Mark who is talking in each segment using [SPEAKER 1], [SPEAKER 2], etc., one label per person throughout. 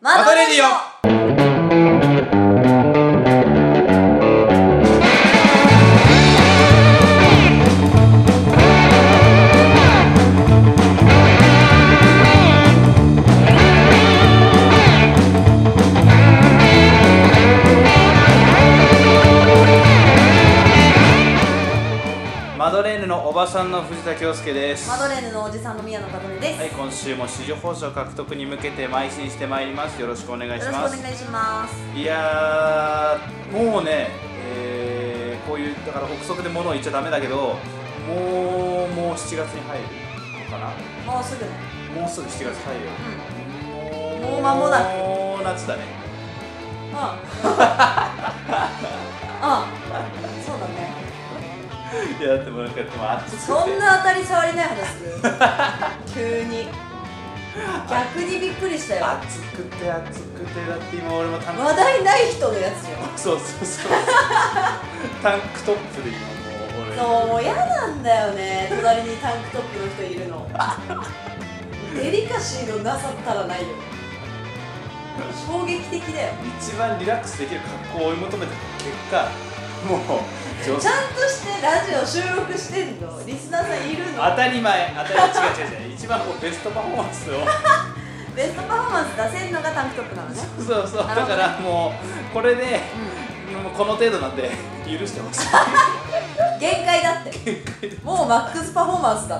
[SPEAKER 1] マドレディオ。マドレーヌのおばさんの藤田恭介です。
[SPEAKER 2] マドレーヌのおじさんの宮野和音です。
[SPEAKER 1] はい、今週も支持報酬獲得に向けて邁進してまいります。よろしくお願いします。
[SPEAKER 2] よろしくお願いします。
[SPEAKER 1] いやー、もうね、こういうだから憶測で物を言っちゃダメだけど、もう7月に入るのかな。
[SPEAKER 2] もうすぐね。
[SPEAKER 1] もうすぐ7月入るよ。
[SPEAKER 2] もう間もなく。
[SPEAKER 1] もう夏だね。
[SPEAKER 2] ああそうだね。
[SPEAKER 1] いやだってもうなんかでも暑くて
[SPEAKER 2] そんな当たり障りない話する急に逆にびっくりしたよ。
[SPEAKER 1] 暑くてだって今俺もタンク
[SPEAKER 2] 話題ない人のやつよ。
[SPEAKER 1] そうタンクトップで今もう俺
[SPEAKER 2] そう、もう嫌なんだよね、隣にタンクトップの人いるのデリカシーのなさったらないよ。衝撃的だよ。
[SPEAKER 1] 一番リラックスできる格好を追い求めた結果、もう
[SPEAKER 2] ちゃんとしてラジオ収録してんのリスナーさんいるの。
[SPEAKER 1] 当たり前違う一番こうベストパフォーマンスを
[SPEAKER 2] ベストパフォーマンス出せるのがタンクトップなのね。
[SPEAKER 1] そうだからもうこれで、もうこの程度なんで許してほしい
[SPEAKER 2] 限界だってもうマックスパフォーマンスだ。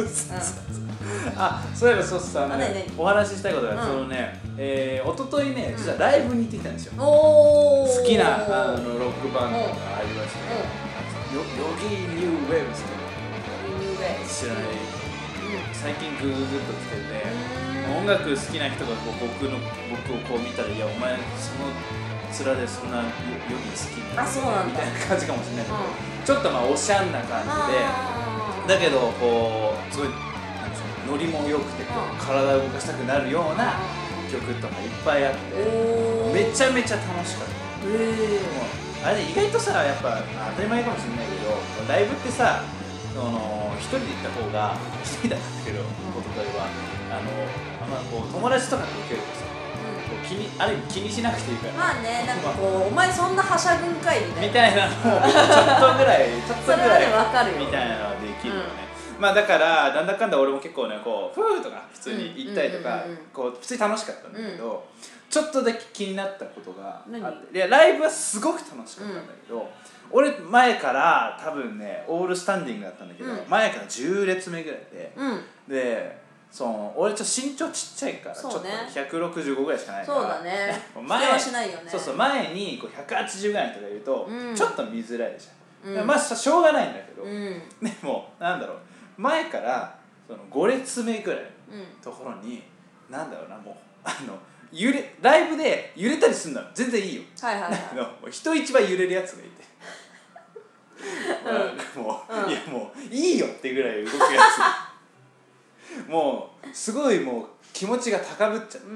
[SPEAKER 1] そういえばそうっす、お話ししたいことが、そのね、一昨日ね、実はライブに行ってきたんですよ。好きなロックバンドがありまして、ヨギーニューウェーブスって知らない、最近グーグッと来てて、音楽好きな人がこう僕をこう見たら、いやお前その面でそんなヨギ好きみたいな感じかもしれないけど、ちょっとまあおしゃんな感じで、だけどこうすごいノリも良くて体を動かしたくなるような曲とかいっぱいあって、めちゃめちゃ楽しかった。あれね、意外とさ、やっぱ当たり前かもしれないけど、ライブってさ、一人で行った方が、一人だったんだけど、おとといはあんまこう友達とかと受けるとさ、ある意味気にしなくていいから、
[SPEAKER 2] まあね、なんかこうお前そんなはしゃぐんかい
[SPEAKER 1] みたいなのをちょっとぐらい
[SPEAKER 2] それはね、分かるよ
[SPEAKER 1] みたいなのはできるよね。まあだからなんだかんだ俺も結構ね、こうフーとか普通に行ったりとか、こう普通に楽しかったんだけど、ちょっとだけ気になったことがあって、いやライブはすごく楽しかったんだけど、俺前から多分ねオールスタンディングだったんだけど、前から10列目ぐらいで、俺ちょっと身長ちっちゃいから、ちょっと165ぐらいしかないから、
[SPEAKER 2] そうだね、前はしないよね。
[SPEAKER 1] 前にこう180ぐらいの人がいるとちょっと見づらいじゃん。まあしょうがないんだけど、でもなんだろう、前から5列目ぐらいのところに、なんだろうな、もうライブで揺れたりするのは全然いいよ。だけど人一倍揺れるやつがいてもういいよってぐらい動くやつもうすごいもう気持ちが高ぶっちゃって、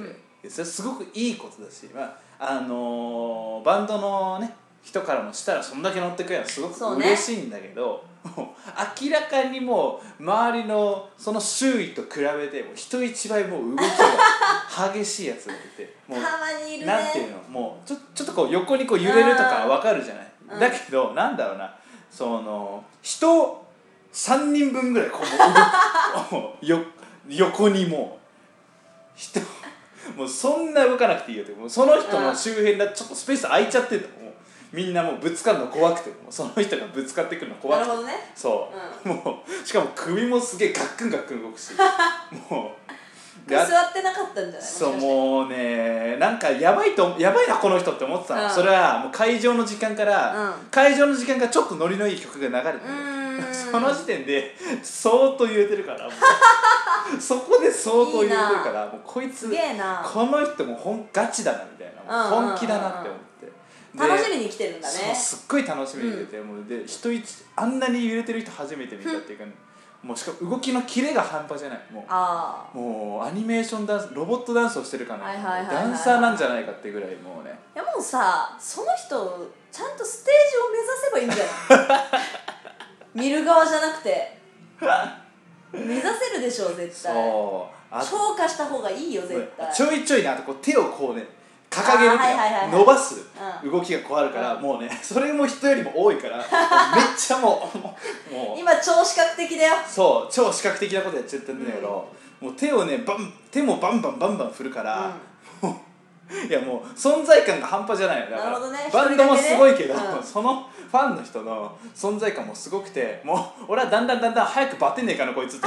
[SPEAKER 1] それすごくいいことだし、バンドのね人からもしたらそんだけ乗ってくればすごく嬉しいんだけど、もう明らかにもう周りのその周囲と比べても人一倍もう動きが激しいやつがいて、もう
[SPEAKER 2] たまにいるね。
[SPEAKER 1] なんていうの、もうちょっとこう横にこう揺れるとかわかるじゃない。だけどなんだろうな、人3人分ぐらいこうもう横にもう人もうそんな動かなくていいよって、もうその人の周辺だちょっとスペース空いちゃってんだもん。みんなもうぶつかるの怖くて、もうその人がぶつかってくるの怖くて。
[SPEAKER 2] なるほどね。
[SPEAKER 1] そう、もうしかも首もすげえガックンガックン動くしもう
[SPEAKER 2] 座ってなかったんじゃない。
[SPEAKER 1] そう、もうね、なんかやばいなこの人って思ってたの。それはもう会場の時間からちょっとノリのいい曲が流れてる。その時点で相当揺れてるからもうそこで相当揺れてるから、もうこいつこの人もガチだなみたいな、本気だなって思って。
[SPEAKER 2] 楽しみに来てるんだね。
[SPEAKER 1] そう、すっごい楽しみに来てて、もうであんなに揺れてる人初めて見たっていうか、もうしかも動きのキレが半端じゃない。もうアニメーションダンス、ロボットダンスをしてるかな、ダンサーなんじゃないかってぐらい、もうね。
[SPEAKER 2] いやもうさ、その人ちゃんとステージを目指せばいいんじゃない見る側じゃなくて目指せるでしょ絶対。
[SPEAKER 1] そう
[SPEAKER 2] 消化した方がいいよ絶対。
[SPEAKER 1] ちょいちょいね、あとこう手をこうね掲げるって伸ばす動きがこうあるから、もうねそれも人よりも多いからめっちゃもう
[SPEAKER 2] 今超視覚的だよ。
[SPEAKER 1] そう超視覚的なことやっちゃってるんだけど、もう手をね手もバンバン振るから、いやもう存在感が半端じゃないよ。だからバンドもすごいけど、そのファンの人の存在感もすごくて、もう俺はだんだん早くバテねえかなこいつって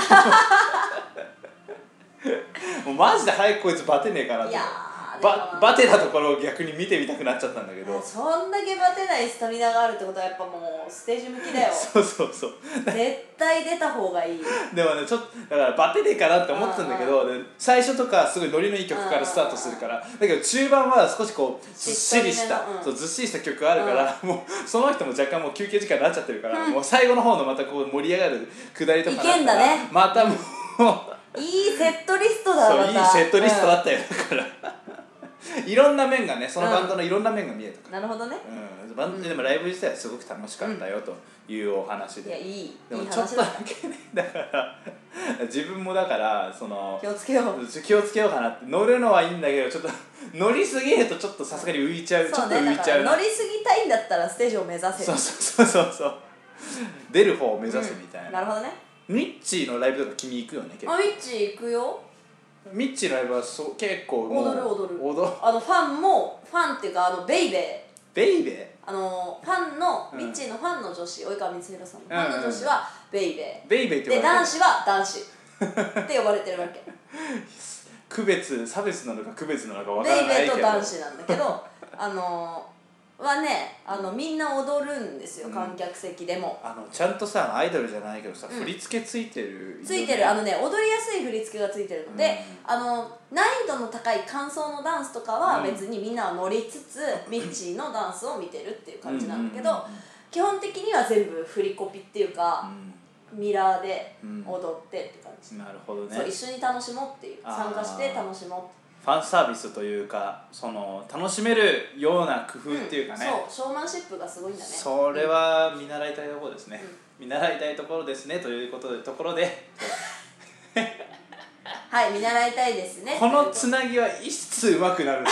[SPEAKER 1] もうマジで早くこいつバテねえかなって。バテたところを逆に見てみたくなっちゃったんだけど、
[SPEAKER 2] そんだけバテないスタミナがあるってことはやっぱもうステージ向きだよ。
[SPEAKER 1] そう
[SPEAKER 2] 絶対出た方がいい。
[SPEAKER 1] でもねちょっとだからバテねえかなって思ってたんだけど、最初とかすごいノリのいい曲からスタートするから、だけど中盤は少しこうずっしりした、そうずっしりした曲があるから、もうその人も若干もう休憩時間になっちゃってるから、もう最後の方のまたこう盛り上がる下りとか
[SPEAKER 2] いけんだね。
[SPEAKER 1] またも
[SPEAKER 2] ういいセットリストだ。
[SPEAKER 1] そういいセットリストだったよ、だからいろんな面がね、そのバンドのいろんな面が見えたから、
[SPEAKER 2] なるほどね。
[SPEAKER 1] でもライブ自体はすごく楽しかったよというお話で、
[SPEAKER 2] いやいい
[SPEAKER 1] でもちょっとだけね、だから自分もだからその
[SPEAKER 2] 気をつけよう
[SPEAKER 1] かなって。乗るのはいいんだけど、ちょっと乗りすぎるとちょっとさすがに浮いちゃう。
[SPEAKER 2] そうね、だから乗りすぎたいんだったらステージを目指せる。
[SPEAKER 1] そう出る方を目指すみたいな。
[SPEAKER 2] なるほどね。
[SPEAKER 1] ミッチーのライブとか君行くよね結構。
[SPEAKER 2] ミッチー行くよ。
[SPEAKER 1] ミッチーのライブは結構もう
[SPEAKER 2] 踊るファンっていうかベイベーファンのミッチーのファンの女子、及川光弘さんのファンの女子はベイベーで、男子は男子って呼ばれてるわけ
[SPEAKER 1] 差別なのか区別なのか分からないけど、
[SPEAKER 2] ベイベーと男子なんだけどはね、みんな踊るんですよ、観客席でも。
[SPEAKER 1] ちゃんとさアイドルじゃないけどさ、振り付けついてる、
[SPEAKER 2] 踊りやすい振り付けがついてるので、難易度の高い間奏のダンスとかは別にみんなは乗りつつ、ミッチーのダンスを見てるっていう感じなんだけど、基本的には全部振りコピっていうか、ミラーで踊ってって感じ。
[SPEAKER 1] なるほどね。
[SPEAKER 2] そう、一緒に楽しもうっていう、参加して楽しもうって。
[SPEAKER 1] ファンサービスというか、その楽しめるような工夫っていうかね、
[SPEAKER 2] そう、ショーマンシップがすごいんだね。
[SPEAKER 1] それは見習いたいところですね、見習いたいところですねというところで
[SPEAKER 2] はい、見習いたいですね。
[SPEAKER 1] このつなぎはいつうまくなるんだ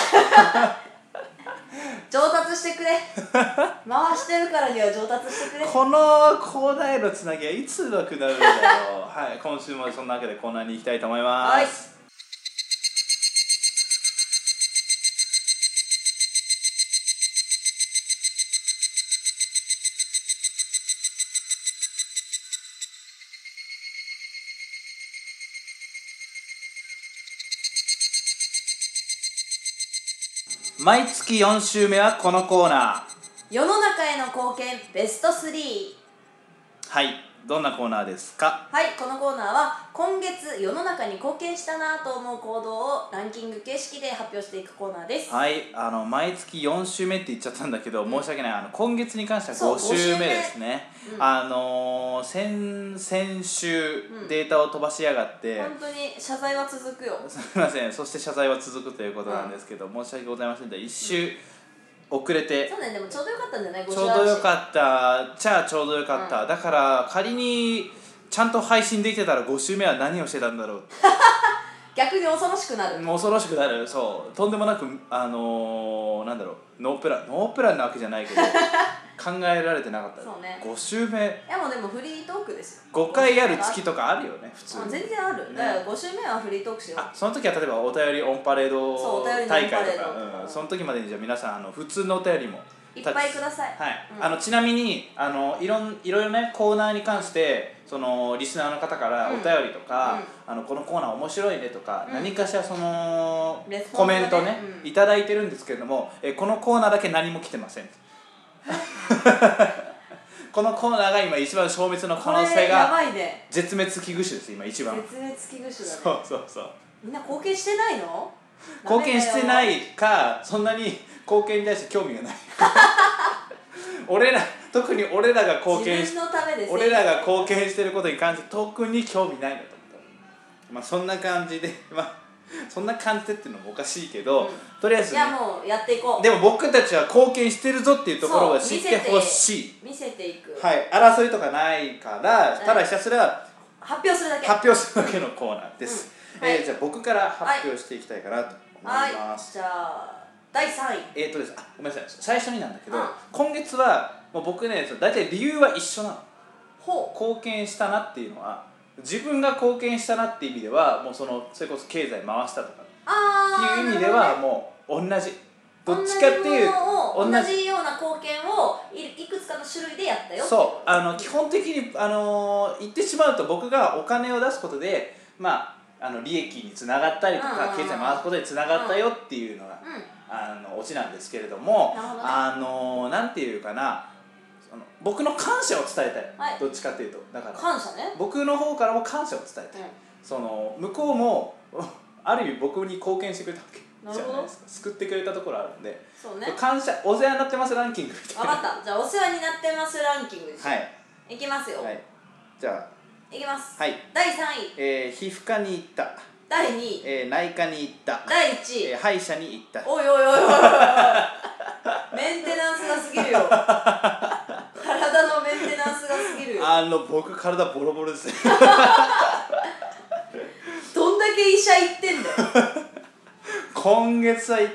[SPEAKER 2] 上達してくれ回してるからには上達してくれ。
[SPEAKER 1] このコーナーへのつなぎはいつうまくなるんだよはい、今週もそんなわけでコーナーに行きたいと思います。はい、毎月4週目はこのコーナー、
[SPEAKER 2] 世の中への貢献ベスト3。
[SPEAKER 1] はい、どんなコーナーですか？
[SPEAKER 2] はい、このコーナーは今月世の中に貢献したなと思う行動をランキング形式で発表していくコーナーです。
[SPEAKER 1] はい、毎月4週目って言っちゃったんだけど、申し訳ない、今月に関しては5週目ですね。先週データを飛ばしやがって、
[SPEAKER 2] 本当に謝罪は続くよ。
[SPEAKER 1] すみません。そして謝罪は続くということなんですけど、申し訳ございませんで、1週遅れて、
[SPEAKER 2] そうね、でもちょうどよかったんじゃない？
[SPEAKER 1] ちょうどよかったちょうどよかった、だから仮にちゃんと配信できてたら5週目は何をしてたんだろう
[SPEAKER 2] 逆に恐ろしくなる。
[SPEAKER 1] 恐ろしくなる。そう、とんでもなくなんだろう、ノープランなわけじゃないけど考えられてなかった。
[SPEAKER 2] そうね、
[SPEAKER 1] 5週目。
[SPEAKER 2] いやもうでもフリートークですよ。
[SPEAKER 1] 5回ある月とかあるよね、普通に。
[SPEAKER 2] 全然ある、だから5週目はフリートークしよう。
[SPEAKER 1] その時は例えばお便りオンパレード大会とか、その時までにじゃあ皆さん普通のお便りも
[SPEAKER 2] いっぱいください。
[SPEAKER 1] はい、ちなみにいろいろねコーナーに関してそのリスナーの方からお便りとか、このコーナー面白いねとか、何かしらそのコメントね、いただいてるんですけれども、このコーナーだけ何も来てませんこのコーナーが今一番消滅の可能性が絶滅危惧種です。今一番
[SPEAKER 2] 絶滅危惧種だね。
[SPEAKER 1] そうみ
[SPEAKER 2] んな貢献してないの？
[SPEAKER 1] 貢献してないか、そんなに貢献に対して興味がない特に俺らが貢献してることに関して特に興味ないんだと思った。そんな感じでそんな感じでっていうのもおかしいけど、とりあえずね、
[SPEAKER 2] いやもうやっていこう。
[SPEAKER 1] でも僕たちは貢献してるぞっていうところを知ってほしい。
[SPEAKER 2] 見せていく。
[SPEAKER 1] はい、争いとかないから、ただひたすら
[SPEAKER 2] 発表するだけ
[SPEAKER 1] のコーナーです、じゃあ僕から発表していきたいかなと思います、
[SPEAKER 2] じゃあ第3位
[SPEAKER 1] です。ごめんなさい、最初になんだけど、今月はもう僕ね、大体理由は一緒なの。貢献したなっていうのは、自分が貢献したなっていう意味ではもうそれこそ経済回したとかっていう意味ではもう同じ。どっちかっていう
[SPEAKER 2] 同じような貢献をいくつかの種類でやったよ。
[SPEAKER 1] そう基本的に言ってしまうと、僕がお金を出すことで利益につながったりとか、経済回すことでつながったよっていうのがオチなんですけれども、なんていうかな、僕の感謝を伝えたい、どっちかっていうと。だから
[SPEAKER 2] 感謝ね、
[SPEAKER 1] 僕の方からも感謝を伝えたい、向こうもある意味僕に貢献してくれたわけじゃないですか。救ってくれたところあるんで、感謝、お世話になってますランキング。
[SPEAKER 2] 分かった。じゃあお世話になってますランキングです。いきますよ。
[SPEAKER 1] じゃあ
[SPEAKER 2] いきます。
[SPEAKER 1] 第
[SPEAKER 2] 3位、
[SPEAKER 1] 皮膚科に行った。
[SPEAKER 2] 第2位、
[SPEAKER 1] 内科に行った。
[SPEAKER 2] 第1位、
[SPEAKER 1] 歯医者に行った。
[SPEAKER 2] おいメンテナンスがすぎるよ体のメンテナンスがすぎるよ。
[SPEAKER 1] 僕体ボロボロですね
[SPEAKER 2] どんだけ医者行ってんだよ
[SPEAKER 1] 今月は行った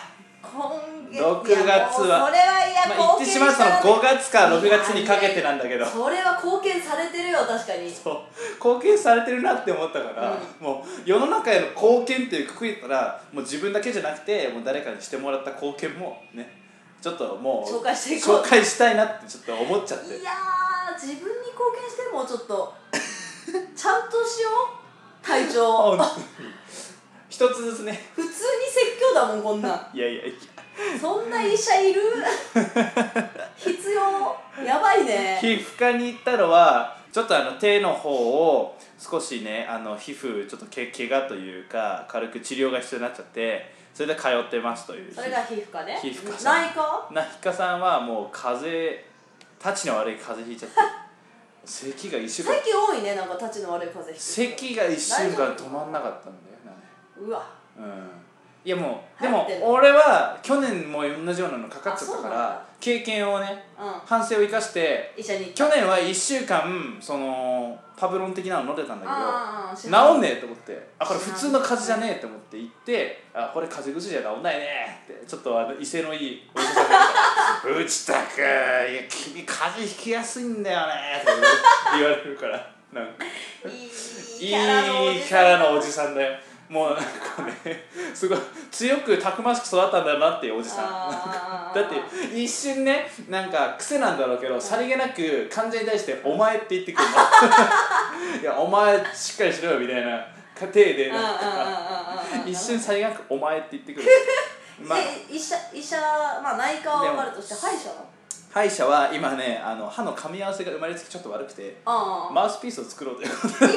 [SPEAKER 1] 。6月は
[SPEAKER 2] それは
[SPEAKER 1] 言ってしまうと5月か6月にかけてなんだけど、
[SPEAKER 2] それは貢献されてるよ。確かに
[SPEAKER 1] 貢献されてるなって思ったから、もう世の中への貢献っていうくくりから、もう自分だけじゃなくて、もう誰かにしてもらった貢献もね、ちょっともう紹介したいなってちょっと思っちゃって。
[SPEAKER 2] いや自分に貢献してもちょっとちゃんとしよう隊長
[SPEAKER 1] 一つずつね。
[SPEAKER 2] 普通に説教だもんこんなん。
[SPEAKER 1] いや
[SPEAKER 2] そんな医者いる必要。やばいね。
[SPEAKER 1] 皮膚科に行ったのはちょっと手の方を少しね、皮膚ちょっと怪我というか軽く治療が必要になっちゃって、それで通ってますという。
[SPEAKER 2] それが皮膚科ね。
[SPEAKER 1] 皮膚科さん。内科さんはもうたちの悪い風邪ひいちゃって咳が1週間。
[SPEAKER 2] 最近多いね、なんかたちの悪い風邪ひ
[SPEAKER 1] いて。咳が1週間止まんなかったんだよね。
[SPEAKER 2] うわ。
[SPEAKER 1] いやもうでも俺は去年も同じようなのかかっちゃったから、経験をね、反省を生かして去年は1週間パブロン的なの飲んでたんだけど、治んねえと思って、これ普通の風邪じゃねえと思って行って、これ風邪薬じゃ治んないねって、ちょっと威勢のいいお医者さんが「内田君、いや君風邪ひきやすいんだよね」って言われるから、なんかいいキャラのおじさんだよ。もうなんかね、すごい強くたくましく育ったんだなっていうおじさんだって一瞬ね、なんか癖なんだろうけど、さりげなく患者に対して「お前」って言ってくるのいやお前しっかりしろよみたいな家庭でなんか一瞬さりげなく「お前」って言ってくる
[SPEAKER 2] 医者、内科は分かるとして、歯医者は
[SPEAKER 1] 歯医者は今ね、歯の噛み合わせが生まれつきちょっと悪くて、マウスピースを作ろうということで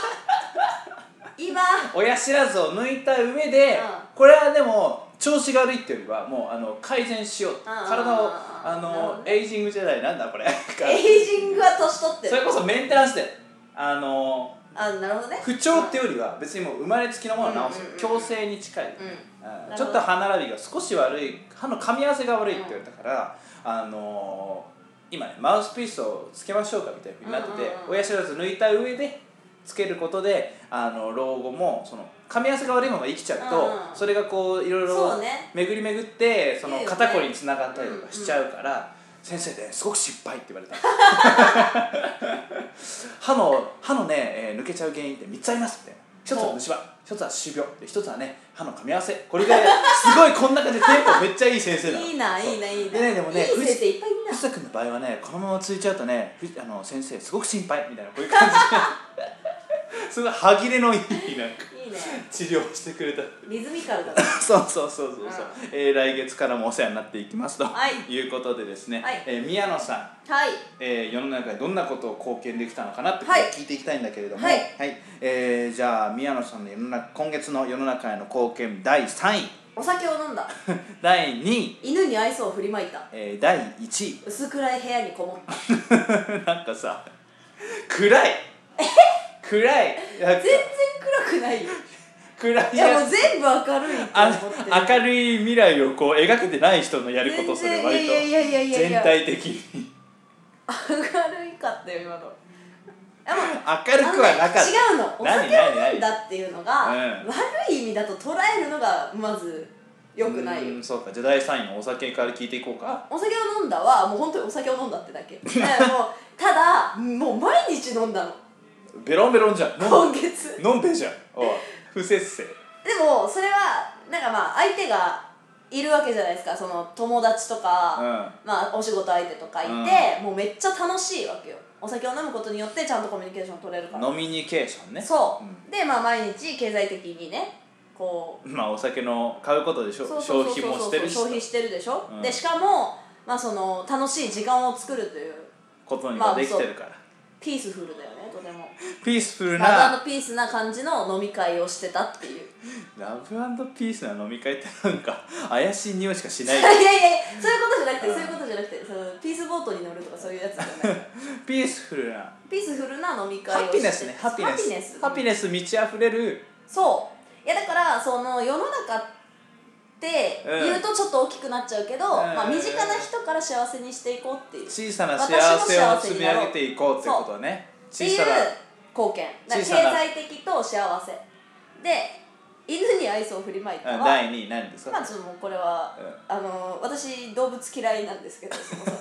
[SPEAKER 1] 親知らずを抜いた上で、これはでも調子が悪いっていうよりはもう改善しよう、体をエイジングじゃない、なんだこれ
[SPEAKER 2] エイジングは年取ってる。
[SPEAKER 1] それこそメンテナンスで
[SPEAKER 2] なるほどね。
[SPEAKER 1] 不調っていうよりは別にもう生まれつきのものを治す、矯正に近い、ちょっと歯並びが少し悪い、歯の噛み合わせが悪いって言われたから、今ねマウスピースをつけましょうかみたいなふうになってて、親知らず抜いた上でつけることで老後も噛み合わせが悪いまま生きちゃうと、それがこういろいろ巡り巡って肩こりにつながったりとかしちゃうから、先生ですごく失敗って言われた歯のね、抜けちゃう原因って3つありますって。一つは虫歯、一つは歯周病で、一つはね歯の噛み合わせ。これがすごいこんな感じでテンポめっちゃいい先生なの。
[SPEAKER 2] いいな。
[SPEAKER 1] でもね、
[SPEAKER 2] いい先生いっぱいいるな。
[SPEAKER 1] 藤田君の場合はね、このまま続いちゃうとね、先生すごく心配みたいな、こういう感じですごい歯切れのいいなんか治療をしてくれた。
[SPEAKER 2] リズミカルだ。
[SPEAKER 1] そう、来月からもお世話になっていきますということでですね、宮野さん、世の中にどんなことを貢献できたのかなって聞いていきたいんだけれども、じゃあ宮野さんの今月の世の中への貢献第3位、
[SPEAKER 2] お酒を飲んだ
[SPEAKER 1] 第2位、
[SPEAKER 2] 犬に愛想を振りまいた
[SPEAKER 1] 第1位、
[SPEAKER 2] 薄暗い部屋にこもった
[SPEAKER 1] なんかさ、暗い
[SPEAKER 2] 全然暗くないよ。
[SPEAKER 1] 暗い
[SPEAKER 2] いやもう全部明るいって思ってる。
[SPEAKER 1] 明るい未来をこう描けてない人のやること、それ割と全体的に
[SPEAKER 2] 明るいかったよ今の。 明
[SPEAKER 1] るくはなかった。
[SPEAKER 2] 違うの、お酒を飲んだっていうのが、悪い意味だと捉えるのがまず良くないよ。
[SPEAKER 1] そうか、じゃあ第3位のお酒から聞いていこうか。
[SPEAKER 2] お酒を飲んだはもう本当にお酒を飲んだってだけもうただもう毎日飲んだの。
[SPEAKER 1] ベロンベロンじゃん。
[SPEAKER 2] 今月
[SPEAKER 1] 飲んべじゃん。おい不節制。
[SPEAKER 2] でもそれはなんかまあ相手がいるわけじゃないですか。その友達とか、まあお仕事相手とかいて、もうめっちゃ楽しいわけよ。お酒を飲むことによってちゃんとコミュニケーション取れるから。
[SPEAKER 1] 飲みニケーションね。
[SPEAKER 2] そう、でまあ毎日経済的にねこう
[SPEAKER 1] まあお酒の買うことでしょ。消費もしてるし。
[SPEAKER 2] 消費してるでしょ、でしかもまあその楽しい時間を作るという
[SPEAKER 1] ことにができてるから、
[SPEAKER 2] ピースフルだよね、とても
[SPEAKER 1] ピースフルな
[SPEAKER 2] ラブ&ピースな感じの飲み会をしてたっていう。
[SPEAKER 1] ラブ&ピースな飲み会ってなんか怪しい匂いしかしない。
[SPEAKER 2] いやいやいや、そういうことじゃなくて、そういうことじゃなくて、そのピースボートに乗るとかそういうやつじゃない
[SPEAKER 1] ピースフルな
[SPEAKER 2] 飲み会をして、
[SPEAKER 1] ハピネスね。ハピネス満ち溢れる。
[SPEAKER 2] そう、いやだからその世の中って言うとちょっと大きくなっちゃうけど、まあ、身近な人から幸せにしていこうっていう、
[SPEAKER 1] 小さな幸せを積み上げていこうってことね。
[SPEAKER 2] っていう貢献だから、経済的と幸せで犬に愛想を振りまいたは
[SPEAKER 1] 第2位何ですか。
[SPEAKER 2] まあちょっともうこれは、私動物嫌いなんですけど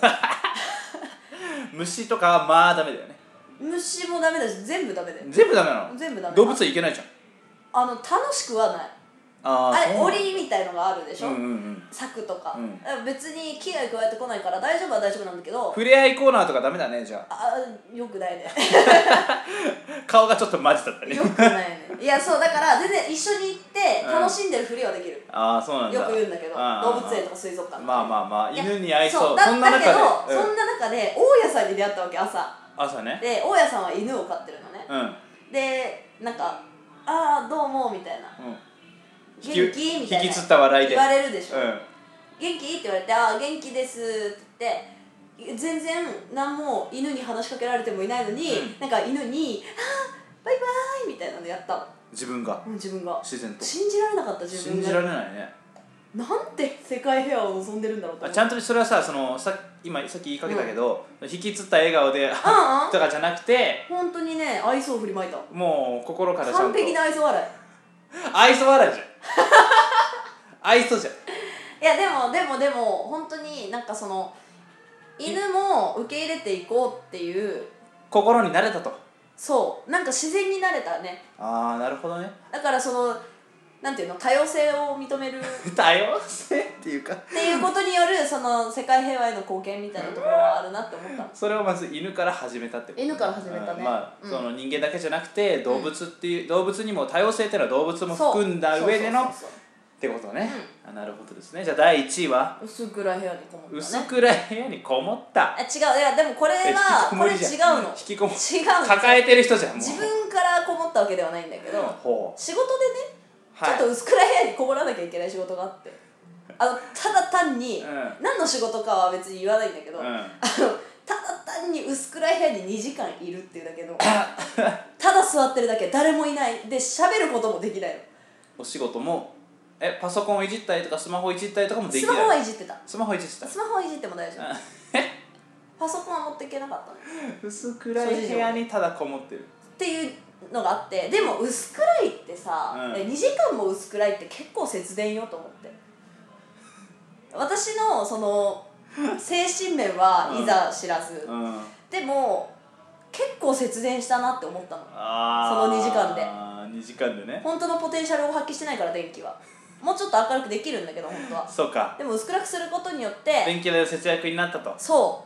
[SPEAKER 1] 虫とかはまあダメだよね。
[SPEAKER 2] 虫もダメだし全部ダメだよ。
[SPEAKER 1] 全部ダメなの。
[SPEAKER 2] 全部ダメ。
[SPEAKER 1] 動物はいけないじゃん。
[SPEAKER 2] 楽しくはない。あれ檻みたいのがあるでしょ、柵とか、別に危害加えてこないから大丈夫は大丈夫なんだけど、
[SPEAKER 1] 触れ合いコーナーとかダメだね。じゃあ
[SPEAKER 2] よくないね
[SPEAKER 1] 顔がちょっとマジだったね。
[SPEAKER 2] よくないね。いやそうだから全然一緒に行って楽しんでるふりはできる。
[SPEAKER 1] そうなんだ。
[SPEAKER 2] よく言うんだけど、動物園とか水族館とか、
[SPEAKER 1] まあ犬に愛想。
[SPEAKER 2] だけどそんな中で大家さんに出会ったわけ。朝
[SPEAKER 1] ね。
[SPEAKER 2] で大家さんは犬を飼ってるのね、でなんかどうもみたいな、元気みたいな
[SPEAKER 1] 引きつった笑いで
[SPEAKER 2] 言われるでしょ、元気って言われて元気ですって言って全然何も犬に話しかけられてもいないのに、なんか犬にバイバイみたいなのやったの。
[SPEAKER 1] 自分が自然と
[SPEAKER 2] 信じられなかった。自分が
[SPEAKER 1] 信じられないね。
[SPEAKER 2] なんて世界平和を望んでるんだろうと。
[SPEAKER 1] ちゃんとそれはさっき言いかけたけど、引きつった笑顔でとかじゃなくて、
[SPEAKER 2] 本当にね愛想を振りまいた。
[SPEAKER 1] もう心からちゃんと
[SPEAKER 2] 完璧な愛想笑い。
[SPEAKER 1] 愛想笑いじゃん愛想じゃん。
[SPEAKER 2] いやでも本当になんかその犬も受け入れていこうっていう
[SPEAKER 1] 心になれたと。
[SPEAKER 2] そう、なんか自然になれたね。
[SPEAKER 1] なるほどね。
[SPEAKER 2] だからそのなんていうの、多様性を認める
[SPEAKER 1] 多様性っていうか
[SPEAKER 2] っていうことによるその世界平和への貢献みたいなところがあるなって思ったの。
[SPEAKER 1] それをまず犬から始めたってこと。
[SPEAKER 2] 犬から始めたね。
[SPEAKER 1] その人間だけじゃなくて動物っていう、動物にも多様性っていうのは動物も含んだ上でのってことね。なるほどですね。じゃあ第1位は
[SPEAKER 2] 薄暗い部屋にこもったね。
[SPEAKER 1] 薄暗い部屋にこもった。
[SPEAKER 2] 違う。いやでもこれは違うの。
[SPEAKER 1] 引きこも
[SPEAKER 2] 違うの。
[SPEAKER 1] 抱えてる人じゃん。もう
[SPEAKER 2] 自分からこもったわけではないんだけど、仕事でねちょっと薄暗い部屋にこもらなきゃいけない仕事があって、ただ単に、何の仕事かは別に言わないんだけど、ただ単に薄暗い部屋に2時間いるっていうだけのただ座ってるだけ、誰もいないで喋ることもできないの。
[SPEAKER 1] お仕事もパソコンをいじったりとかスマホいじったりとかもできない。
[SPEAKER 2] スマホはいじってた。
[SPEAKER 1] スマホいじってた。
[SPEAKER 2] スマホはいじっても大丈夫パソコンは持っていけなかったの。
[SPEAKER 1] 薄暗い部屋にただこもってる
[SPEAKER 2] っていうのがあって、でも薄暗いってさ、2時間も薄暗いって結構節電よと思って。私のその精神面はいざ知らず、でも結構節電したなって思ったの。その2時間で。
[SPEAKER 1] 2時間でね。
[SPEAKER 2] 本当のポテンシャルを発揮してないから電気は。もうちょっと明るくできるんだけど本当は。
[SPEAKER 1] そうか。
[SPEAKER 2] でも薄暗くすることによって
[SPEAKER 1] 電気代の節約になったと。
[SPEAKER 2] そう。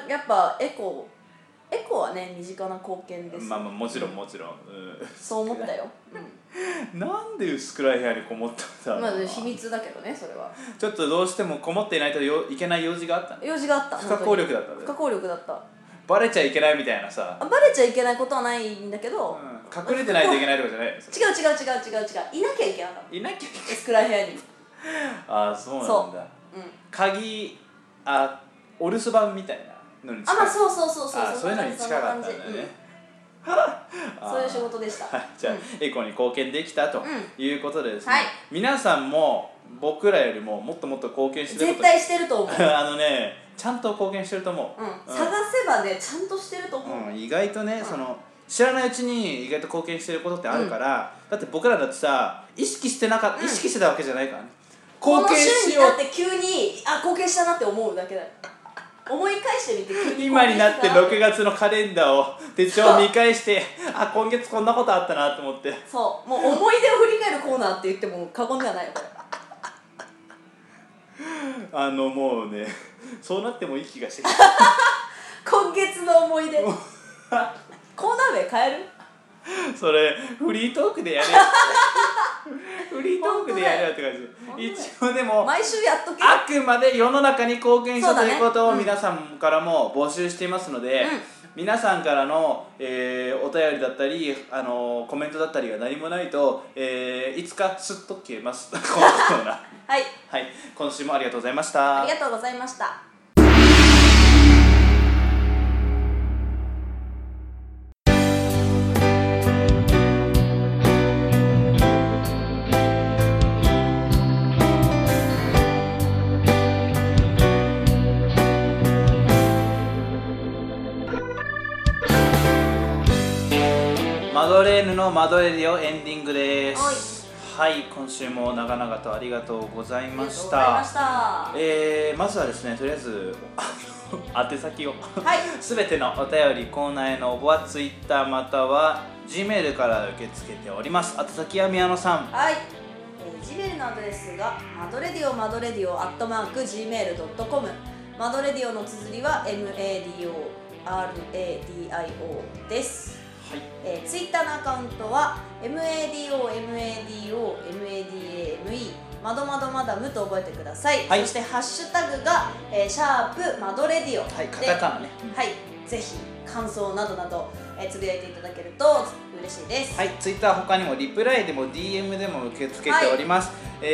[SPEAKER 2] やっぱエコはね身近な貢献です。
[SPEAKER 1] まあもちろん、
[SPEAKER 2] そう思ったよ。
[SPEAKER 1] なんで薄暗い部屋にこもったんだろう。
[SPEAKER 2] 秘密だけどねそれは。
[SPEAKER 1] ちょっとどうしてもこもっていないといけない用事があった。
[SPEAKER 2] 用事があった。
[SPEAKER 1] 不可抗力だった。
[SPEAKER 2] 不可抗力だった。
[SPEAKER 1] バレちゃいけないみたいなさ。
[SPEAKER 2] バレちゃいけないことはないんだけど、
[SPEAKER 1] 隠れてないといけないとかじゃない。違う。
[SPEAKER 2] いなきゃいけなかった。
[SPEAKER 1] いなきゃいけない。
[SPEAKER 2] 薄暗い部屋に。
[SPEAKER 1] そうなんだ。鍵お留守番みたいなのに近い。
[SPEAKER 2] そう
[SPEAKER 1] そういうのに近かったんだよね。
[SPEAKER 2] そういう仕事でした。
[SPEAKER 1] じゃあエコに貢献できたということでですね、皆さんも僕らよりももっともっと貢献してる
[SPEAKER 2] 絶対してると思う
[SPEAKER 1] ちゃんと貢献してると思う。
[SPEAKER 2] 探せばねちゃんとしてると思う。
[SPEAKER 1] 意外とねその知らないうちに意外と貢献してることってあるから、だって僕らだってさ意識してたわけじゃないからね。
[SPEAKER 2] 貢献しよう。この週になって急に貢献したなって思うだけだよ。思い返してみて急に
[SPEAKER 1] 今になって6月のカレンダーを手帳を見返して今月こんなことあったなと思って、
[SPEAKER 2] そうもう思い出を振り返るコーナーって言っても過言ではないよこれ。
[SPEAKER 1] もうねそうなってもいい気がしてきた
[SPEAKER 2] 今月の思い出コーナー名変える？
[SPEAKER 1] それフリートークでやれフリートークでやれよって感じ。一応でも
[SPEAKER 2] 毎週やっとけ。
[SPEAKER 1] あくまで世の中に貢献したということを皆さんからも募集していますので、皆さんからの、お便りだったりコメントだったりが何もないと、いつかスッと消えますこのコーナー
[SPEAKER 2] はい、
[SPEAKER 1] はい、今週もありがとうございました。
[SPEAKER 2] ありがとうございました。
[SPEAKER 1] マドレーヌのマドレディオエンディングです。はい、今週も長々とありがとうございました。まずはですね、とりあえず宛先をすべてのお便りコーナーへの応募は Twitter または Gmail から受け付けております。宛先は宮野さん。
[SPEAKER 2] はい、Gmail のアドレスがマドレディオ@gmail.com。 マドレディオの綴りは MADORADIO です。はい、ツイッターのアカウントは MADOMADOMADAME まどまどマダムと覚えてください。はい、そしてハッシュタグが、シャープマドレディオ、
[SPEAKER 1] はい、カタカナね。
[SPEAKER 2] はい、ぜひ感想などなど、つぶやいていただけると嬉しいです。
[SPEAKER 1] はい、ツイッター他にもリプライでも DM でも受け付けております。はい、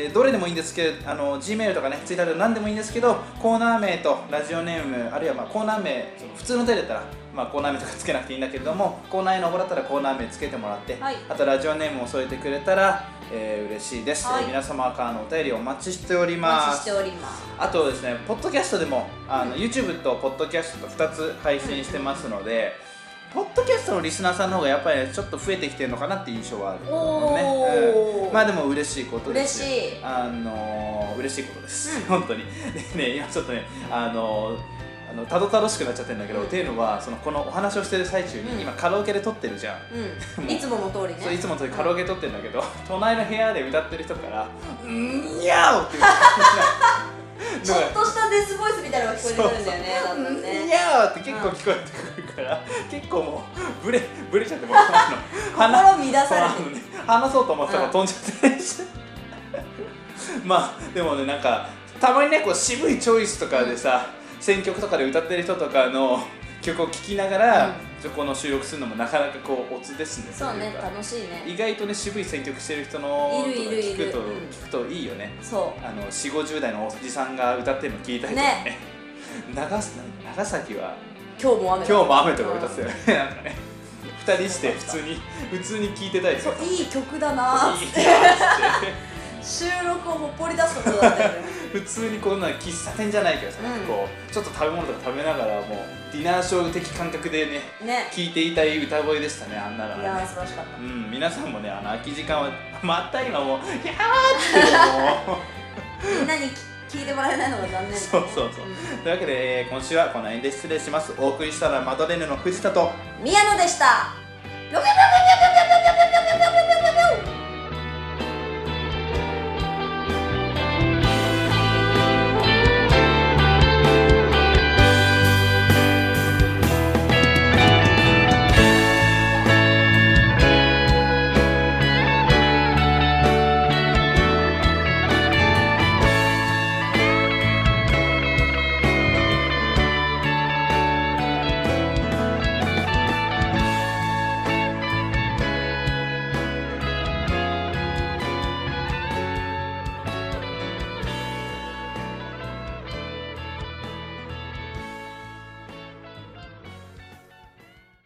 [SPEAKER 1] どれでもいいんですけどGmail とかね、ツイッターで何でもいいんですけど、コーナー名とラジオネームあるいはコーナー名普通の手だったらコーナー名とかつけなくていいんだけれども、コーナーへの方だったらコーナー名つけてもらって、はい、あとラジオネームを添えてくれたら、嬉しいです。はい、皆様からのお便りをお待ちしております。あとですね、ポッドキャストでもYouTube とポッドキャストと2つ配信してますので、ポッドキャストのリスナーさんの方がやっぱりちょっと増えてきてるのかなっていう印象はあるね。まあでも嬉しいことですよ。嬉しいことです、本当に。でね、今ちょっとねたどたどしくなっちゃってるんだけど、っていうのはこのお話をしてる最中に、今カラオケで撮ってるじゃん、
[SPEAKER 2] いつもの通りね。
[SPEAKER 1] そう、いつもの通りカラオケ撮ってるんだけど、隣の部屋で歌ってる人から「にゃー」って言う
[SPEAKER 2] ちょっとしたデスボイスみたいなのが聞こえてくるんだよね。だんだんね、
[SPEAKER 1] にゃーって結構聞こえてくるから、結構もうブレちゃって、もう
[SPEAKER 2] 心乱されて
[SPEAKER 1] 話そうと思ってたら飛んじゃってるしまあでもね、なんかたまにね、こう渋いチョイスとかでさ、選曲とかで歌ってる人とかの曲を聴きながら、この収録するのもなかなかこうオツですね。
[SPEAKER 2] そうね、楽しいね。
[SPEAKER 1] 意外とね、渋い選曲してる人のとか聞くといいよね。
[SPEAKER 2] そう、
[SPEAKER 1] 40、50代のおじさんが歌ってるの聞いたりとかね。長崎は
[SPEAKER 2] 今日も雨
[SPEAKER 1] とか歌ってたよね。なんかね、2人して普通に聴いてたりとか、
[SPEAKER 2] いい曲だなーって収録をほっぽり出すことだったよね。
[SPEAKER 1] 普通にこんな喫茶店じゃないけどさ、こうちょっと食べ物とか食べながら、もうディナーショー的感覚でね聴いていたい歌声でしたね、あんなのはね。
[SPEAKER 2] いやー、素晴らしかった。
[SPEAKER 1] 皆さんもね、空き時間はまた今もう「やー!」っても
[SPEAKER 2] うみんなに聞いてもらえないのが残念だね。
[SPEAKER 1] そうというわけで、今週はこの辺で失礼します。お送りしたのはマドレーヌの藤田と
[SPEAKER 2] 宮野でした。